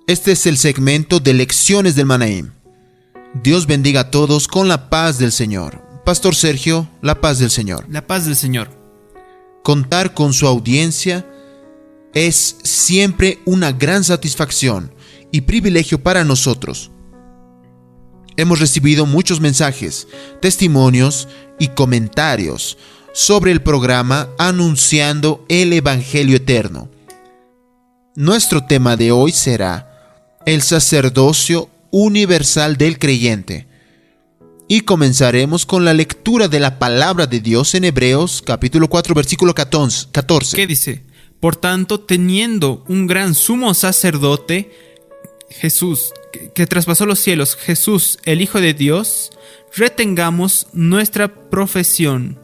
Este es el segmento de Lecciones del Manaim. Dios bendiga a todos con la paz del Señor. Pastor Sergio, la paz del Señor. La paz del Señor. Contar con su audiencia es siempre una gran satisfacción y privilegio para nosotros. Hemos recibido muchos mensajes, testimonios y comentarios sobre el programa Anunciando el Evangelio Eterno. Nuestro tema de hoy será el sacerdocio universal del creyente. Y comenzaremos con la lectura de la palabra de Dios en Hebreos capítulo 4 versículo 14. ¿Qué dice? Por tanto, teniendo un gran sumo sacerdote, Jesús, que traspasó los cielos, Jesús, el Hijo de Dios, retengamos nuestra profesión.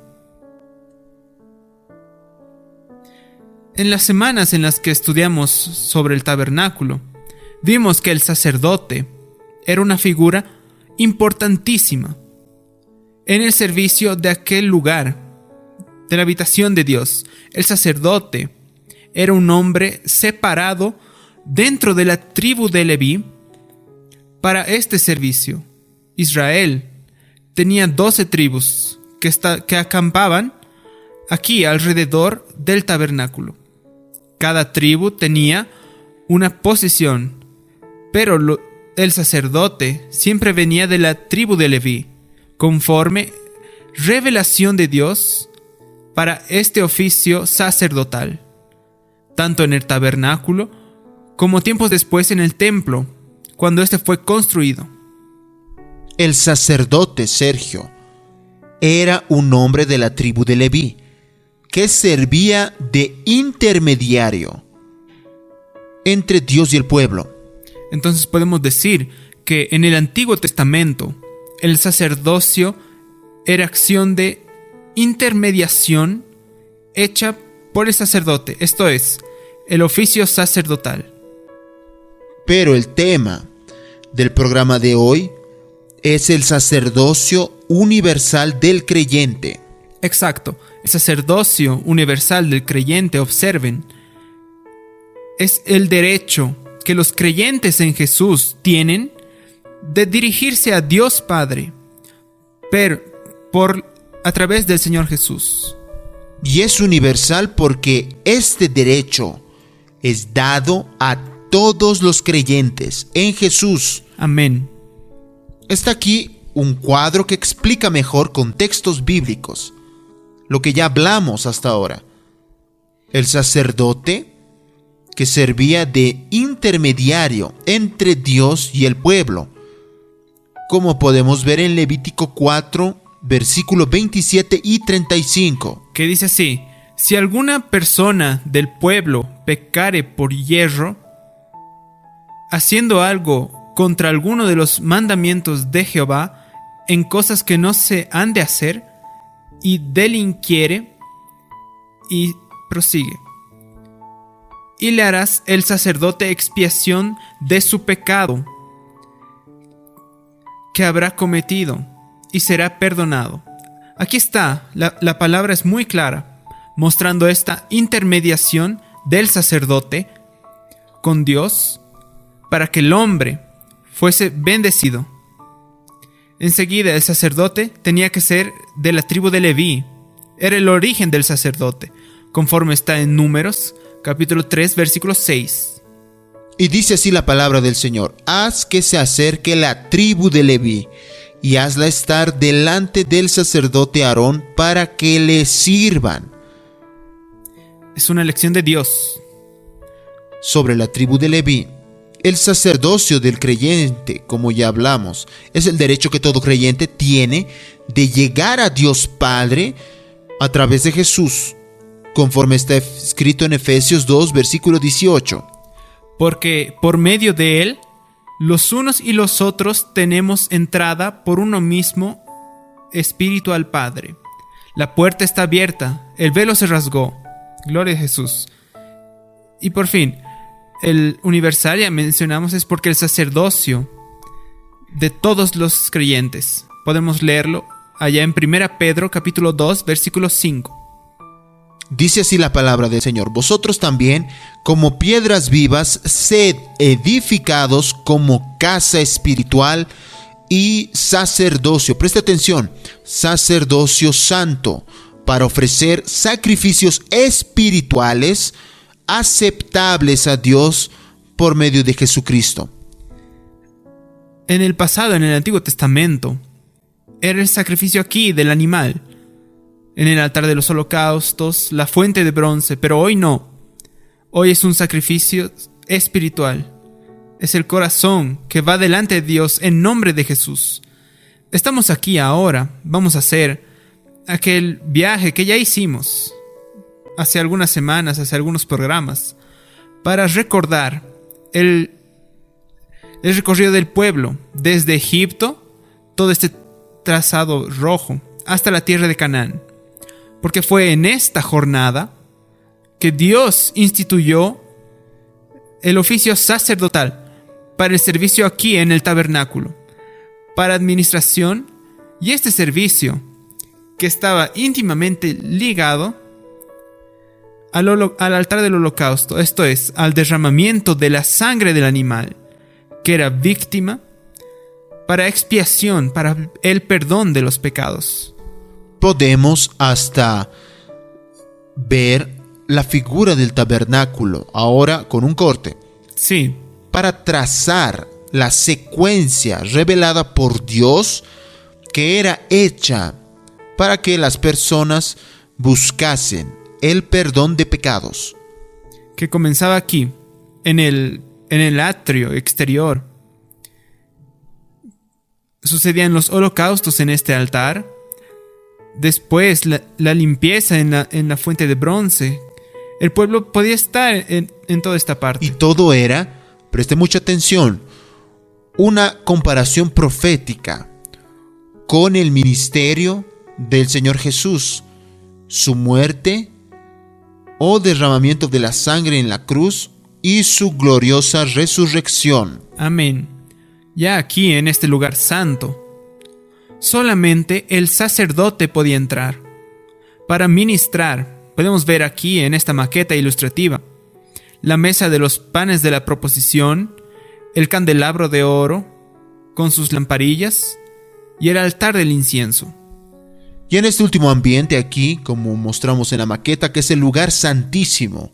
En las semanas en las que estudiamos sobre el tabernáculo, vimos que el sacerdote era una figura importantísima en el servicio de aquel lugar, de la habitación de Dios. El sacerdote era un hombre separado dentro de la tribu de Leví para este servicio. Israel tenía 12 tribus que acampaban aquí alrededor del tabernáculo. Cada tribu tenía una posición, pero el sacerdote siempre venía de la tribu de Leví, conforme revelación de Dios para este oficio sacerdotal, tanto en el tabernáculo como tiempos después en el templo, cuando este fue construido. El sacerdote, Sergio, era un hombre de la tribu de Leví, que servía de intermediario entre Dios y el pueblo. Entonces podemos decir que en el Antiguo Testamento el sacerdocio era acción de intermediación hecha por el sacerdote, esto es, el oficio sacerdotal. Pero el tema del programa de hoy es el sacerdocio universal del creyente. Exacto, el sacerdocio universal del creyente, observen, es el derecho que los creyentes en Jesús tienen de dirigirse a Dios Padre, pero a través del Señor Jesús. Y es universal porque este derecho es dado a todos los creyentes en Jesús. Amén. Está aquí un cuadro que explica mejor con textos bíblicos lo que ya hablamos hasta ahora. El sacerdote que servía de intermediario entre Dios y el pueblo, como podemos ver en Levítico 4, versículos 27 y 35. Que dice así: si alguna persona del pueblo pecare por yerro, haciendo algo contra alguno de los mandamientos de Jehová, en cosas que no se han de hacer, y delinquiere, y prosigue. Y le harás el sacerdote expiación de su pecado que habrá cometido, y será perdonado. Aquí está, la palabra es muy clara, mostrando esta intermediación del sacerdote con Dios para que el hombre fuese bendecido. Enseguida, el sacerdote tenía que ser de la tribu de Leví. Era el origen del sacerdote, conforme está en Números, capítulo 3, versículo 6. Y dice así la palabra del Señor: haz que se acerque la tribu de Leví, y hazla estar delante del sacerdote Aarón para que le sirvan. Es una elección de Dios. Sobre la tribu de Leví, el sacerdocio del creyente, como ya hablamos, es el derecho que todo creyente tiene de llegar a Dios Padre a través de Jesús, conforme está escrito en Efesios 2, versículo 18. Porque por medio de él, los unos y los otros tenemos entrada por uno mismo Espíritu al Padre. La puerta está abierta, el velo se rasgó. Gloria a Jesús. Y por fin, el universal, ya mencionamos, es porque el sacerdocio de todos los creyentes. Podemos leerlo allá en 1 Pedro capítulo 2, versículo 5. Dice así la palabra del Señor: vosotros también, como piedras vivas, sed edificados como casa espiritual y sacerdocio. Presta atención: sacerdocio santo, para ofrecer sacrificios espirituales aceptables a Dios por medio de Jesucristo. En el pasado, en el Antiguo Testamento, era el sacrificio aquí del animal, en el altar de los holocaustos, la fuente de bronce, pero hoy no. Hoy es un sacrificio espiritual. Es el corazón que va delante de Dios en nombre de Jesús. Estamos aquí ahora, vamos a hacer aquel viaje que ya hicimos hace algunas semanas, hace algunos programas, para recordar el recorrido del pueblo desde Egipto, todo este trazado rojo, hasta la tierra de Canaán. Porque fue en esta jornada que Dios instituyó el oficio sacerdotal para el servicio aquí en el tabernáculo, para administración, y este servicio que estaba íntimamente ligado al altar del holocausto, esto es, al derramamiento de la sangre del animal, que era víctima, para expiación, para el perdón de los pecados. Podemos hasta ver la figura del tabernáculo, ahora con un corte. Sí. Para trazar la secuencia revelada por Dios que era hecha para que las personas buscasen el perdón de pecados. Que comenzaba aquí, en el atrio exterior. Sucedían los holocaustos en este altar. Después la limpieza en la fuente de bronce. El pueblo podía estar en toda esta parte. Y todo era, preste mucha atención, una comparación profética con el ministerio del Señor Jesús, su muerte o derramamiento de la sangre en la cruz y su gloriosa resurrección. Amén. Ya aquí en este lugar santo, solamente el sacerdote podía entrar para ministrar. Podemos ver aquí en esta maqueta ilustrativa la mesa de los panes de la proposición, el candelabro de oro con sus lamparillas y el altar del incienso. Y en este último ambiente aquí, como mostramos en la maqueta, que es el lugar santísimo,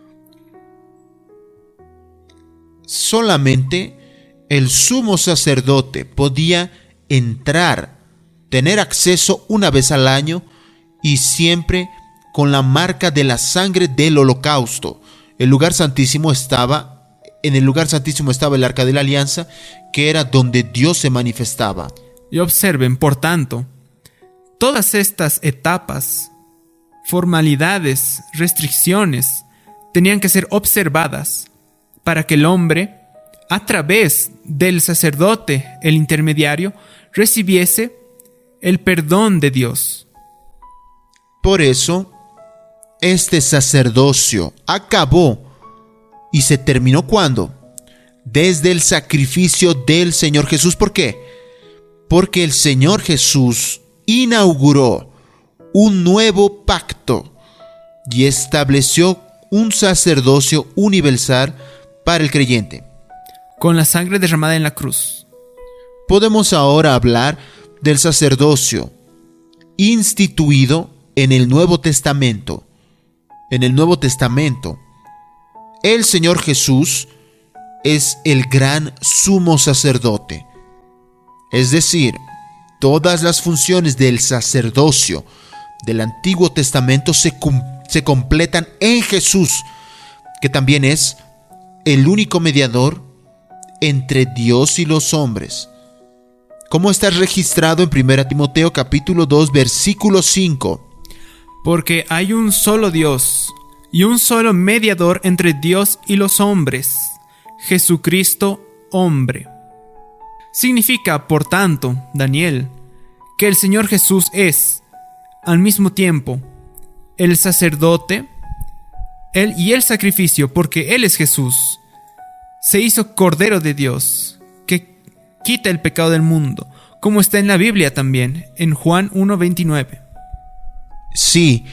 solamente el sumo sacerdote podía entrar, tener acceso una vez al año y siempre con la marca de la sangre del holocausto. En el lugar santísimo estaba el arca de la alianza, que era donde Dios se manifestaba. Y observen, por tanto, todas estas etapas, formalidades, restricciones, tenían que ser observadas para que el hombre, a través del sacerdote, el intermediario, recibiese el perdón de Dios. Por eso, este sacerdocio acabó y se terminó ¿cuándo? Desde el sacrificio del Señor Jesús. ¿Por qué? Porque el Señor Jesús inauguró un nuevo pacto y estableció un sacerdocio universal para el creyente. Con la sangre derramada en la cruz. Podemos ahora hablar del sacerdocio instituido en el Nuevo Testamento. En el Nuevo Testamento, el Señor Jesús es el gran sumo sacerdote. Es decir, todas las funciones del sacerdocio del Antiguo Testamento se completan en Jesús, que también es el único mediador entre Dios y los hombres. ¿Cómo está registrado en 1 Timoteo capítulo 2, versículo 5? Porque hay un solo Dios y un solo mediador entre Dios y los hombres, Jesucristo hombre. Significa, por tanto, Daniel, que el Señor Jesús es, al mismo tiempo, el sacerdote, Él y el sacrificio, porque Él es Jesús. Se hizo Cordero de Dios, que quita el pecado del mundo, como está en la Biblia también, en Juan 1:29. Sí,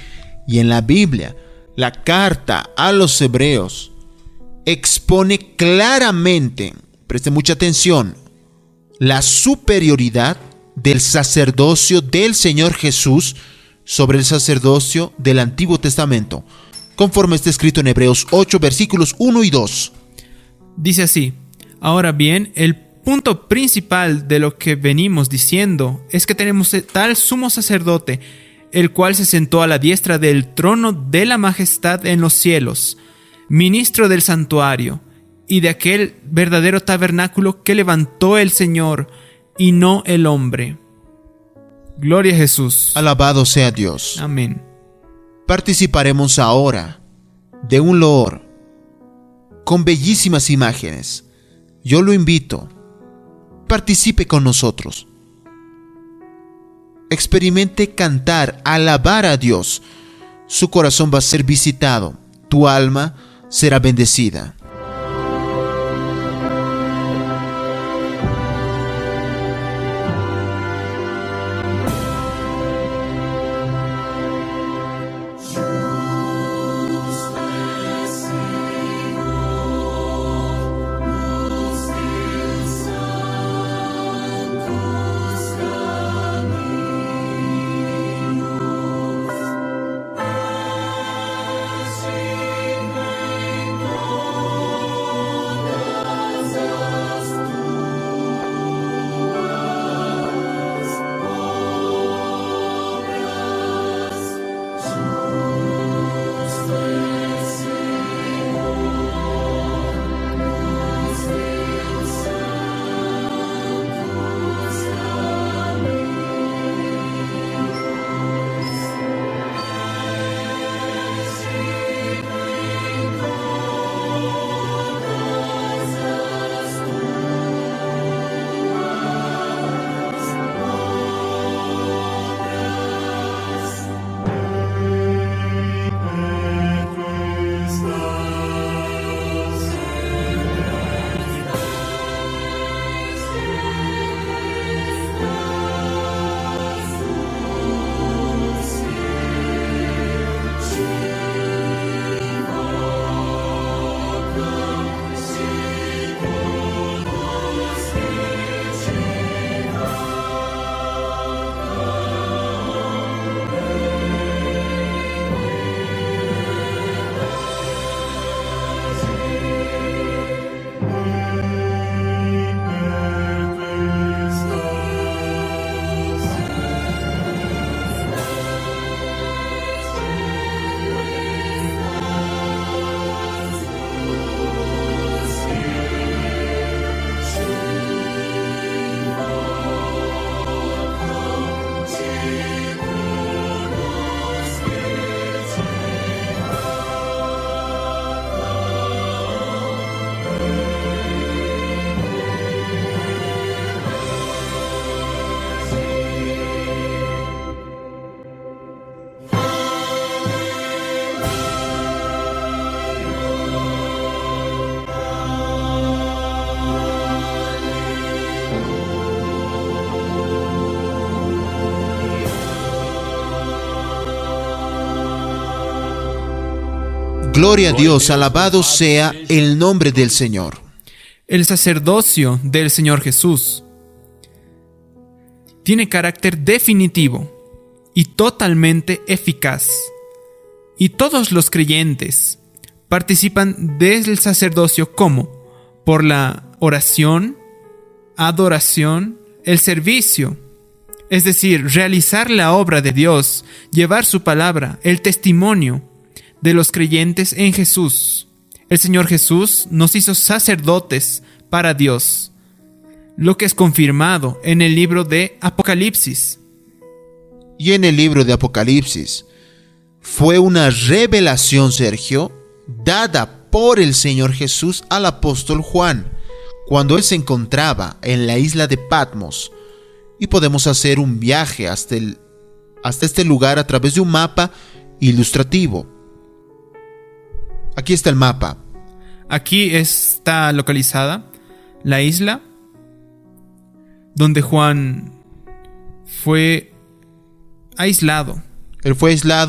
Y en la Biblia, la carta a los Hebreos expone claramente, preste mucha atención, la superioridad del sacerdocio del Señor Jesús sobre el sacerdocio del Antiguo Testamento, conforme está escrito en Hebreos 8, versículos 1 y 2. Dice así: ahora bien, el punto principal de lo que venimos diciendo es que tenemos tal sumo sacerdote, el cual se sentó a la diestra del trono de la majestad en los cielos, ministro del santuario y de aquel verdadero tabernáculo que levantó el Señor y no el hombre. Gloria a Jesús. Alabado sea Dios. Amén. Participaremos ahora de un loor con bellísimas imágenes. Yo lo invito, participe con nosotros. Experimente cantar, alabar a Dios. Su corazón va a ser visitado, tu alma será bendecida. Gloria a Dios, alabado sea el nombre del Señor. El sacerdocio del Señor Jesús tiene carácter definitivo y totalmente eficaz. Y todos los creyentes participan del sacerdocio como por la oración, adoración, el servicio, es decir, realizar la obra de Dios, llevar su palabra, el testimonio de los creyentes en Jesús. El Señor Jesús nos hizo sacerdotes para Dios, lo que es confirmado en el libro de Apocalipsis. Y en el libro de Apocalipsis fue una revelación, Sergio, dada por el Señor Jesús al apóstol Juan, cuando él se encontraba en la isla de Patmos. Y podemos hacer un viaje hasta este lugar a través de un mapa ilustrativo. Aquí está el mapa. Aquí está localizada la isla donde Juan fue aislado. Él fue aislado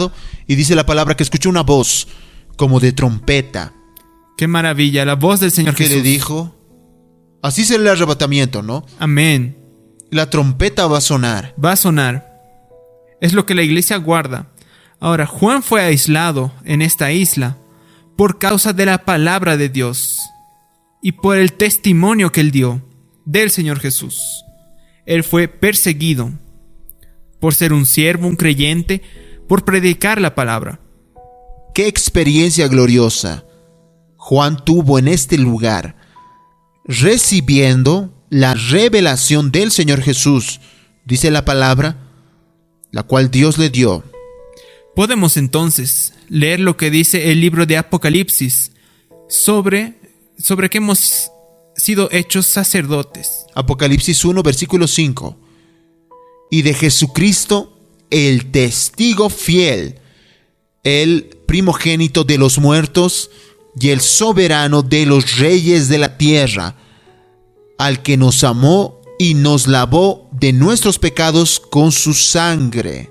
Y dice la palabra que escuchó una voz como de trompeta. ¡Qué maravilla! La voz del Señor Que Jesús. le dijo, así será el arrebatamiento, ¿no? Amén. La trompeta va a sonar. Va a sonar. Es lo que la iglesia guarda. Ahora, Juan fue aislado en esta isla por causa de la palabra de Dios y por el testimonio que él dio del Señor Jesús. Él fue perseguido por ser un siervo, un creyente, por predicar la palabra. ¡Qué experiencia gloriosa Juan tuvo en este lugar, recibiendo la revelación del Señor Jesús, dice la palabra, la cual Dios le dio? Podemos entonces leer lo que dice el libro de Apocalipsis sobre que hemos sido hechos sacerdotes. Apocalipsis 1, versículo 5. Y de Jesucristo, el testigo fiel, el primogénito de los muertos y el soberano de los reyes de la tierra, al que nos amó y nos lavó de nuestros pecados con su sangre.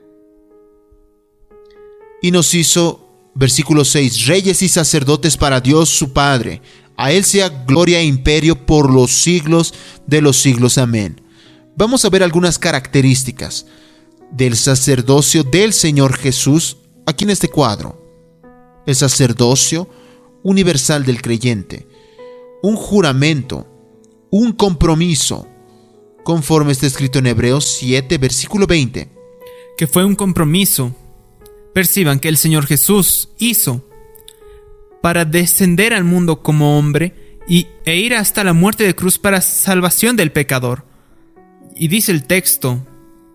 Y nos hizo, versículo 6, reyes y sacerdotes para Dios su Padre. A Él sea gloria e imperio por los siglos de los siglos. Amén. Vamos a ver algunas características del sacerdocio del Señor Jesús aquí en este cuadro. El sacerdocio universal del creyente. Un juramento, un compromiso, conforme está escrito en Hebreos 7, versículo 20. Que fue un compromiso. Perciban que el Señor Jesús hizo para descender al mundo como hombre e ir hasta la muerte de cruz para salvación del pecador. Y dice el texto,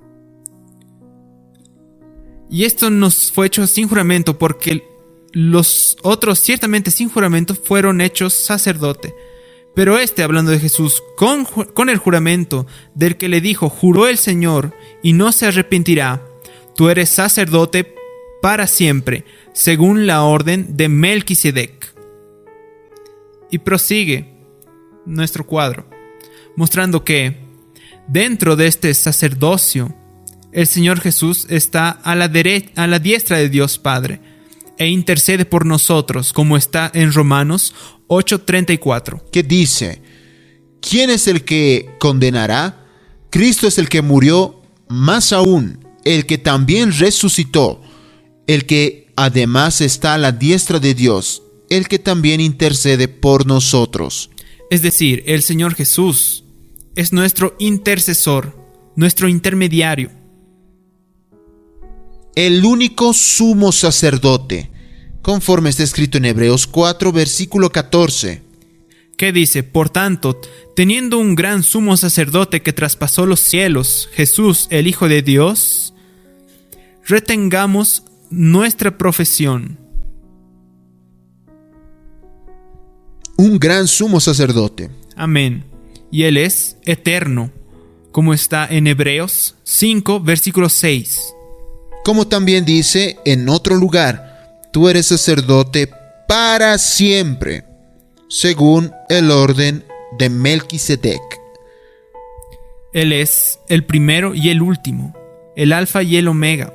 y esto nos fue hecho sin juramento, porque los otros ciertamente sin juramento fueron hechos sacerdote. Pero hablando de Jesús, con el juramento del que le dijo, juró el Señor y no se arrepentirá, tú eres sacerdote para siempre, según la orden de Melquisedec. Y prosigue nuestro cuadro, mostrando que dentro de este sacerdocio, el Señor Jesús está a la diestra de Dios Padre e intercede por nosotros, como está en Romanos 8:34. Que dice, ¿quién es el que condenará? Cristo es el que murió, más aún, el que también resucitó, el que además está a la diestra de Dios, el que también intercede por nosotros. Es decir, el Señor Jesús es nuestro intercesor, nuestro intermediario. El único sumo sacerdote, conforme está escrito en Hebreos 4, versículo 14. ¿Qué dice? Por tanto, teniendo un gran sumo sacerdote que traspasó los cielos, Jesús, el Hijo de Dios, retengamos nuestra profesión. Un gran sumo sacerdote. Amén. Y Él es eterno, como está en Hebreos 5, versículo 6. Como también dice en otro lugar, tú eres sacerdote para siempre, según el orden de Melquisedec. Él es el primero y el último, el alfa y el omega.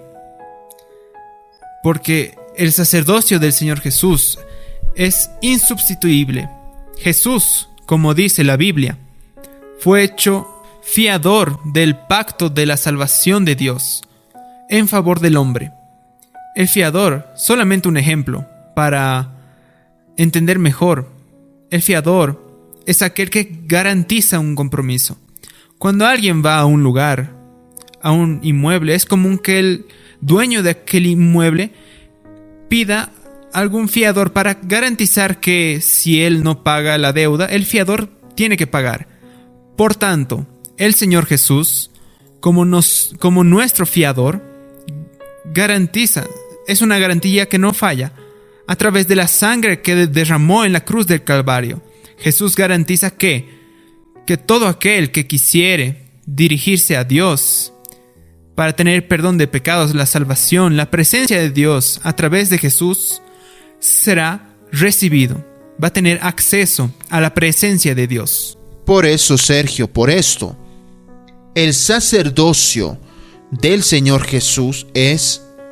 Porque el sacerdocio del Señor Jesús es insubstituible. Jesús, como dice la Biblia, fue hecho fiador del pacto de la salvación de Dios en favor del hombre. El fiador, solamente un ejemplo para entender mejor. El fiador es aquel que garantiza un compromiso. Cuando alguien va a un lugar, a un inmueble, es común que el dueño de aquel inmueble pida algún fiador para garantizar que si él no paga la deuda, el fiador tiene que pagar. Por tanto, el Señor Jesús, como nuestro fiador, garantiza, es una garantía que no falla. A través de la sangre que derramó en la cruz del Calvario, Jesús garantiza que todo aquel que quisiere dirigirse a Dios para tener perdón de pecados, la salvación, la presencia de Dios a través de Jesús, será recibido. Va a tener acceso a la presencia de Dios. Por eso, Sergio, por esto, el sacerdocio del Señor Jesús es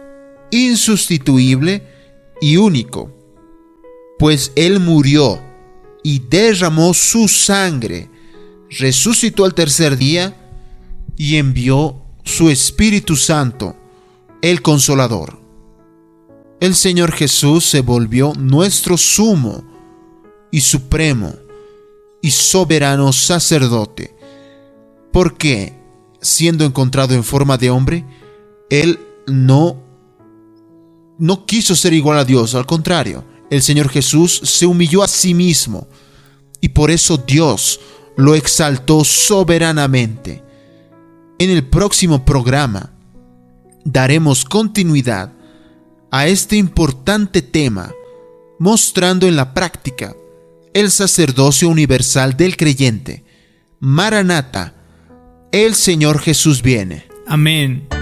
insustituible y único, pues Él murió y derramó su sangre, resucitó al tercer día y envió su Espíritu Santo, el Consolador. El Señor Jesús se volvió nuestro sumo y supremo y soberano sacerdote, porque, siendo encontrado en forma de hombre, Él no quiso ser igual a Dios. Al contrario, el Señor Jesús se humilló a sí mismo y por eso Dios lo exaltó soberanamente. En el próximo programa daremos continuidad a este importante tema, mostrando en la práctica el sacerdocio universal del creyente. Maranata, el Señor Jesús viene. Amén.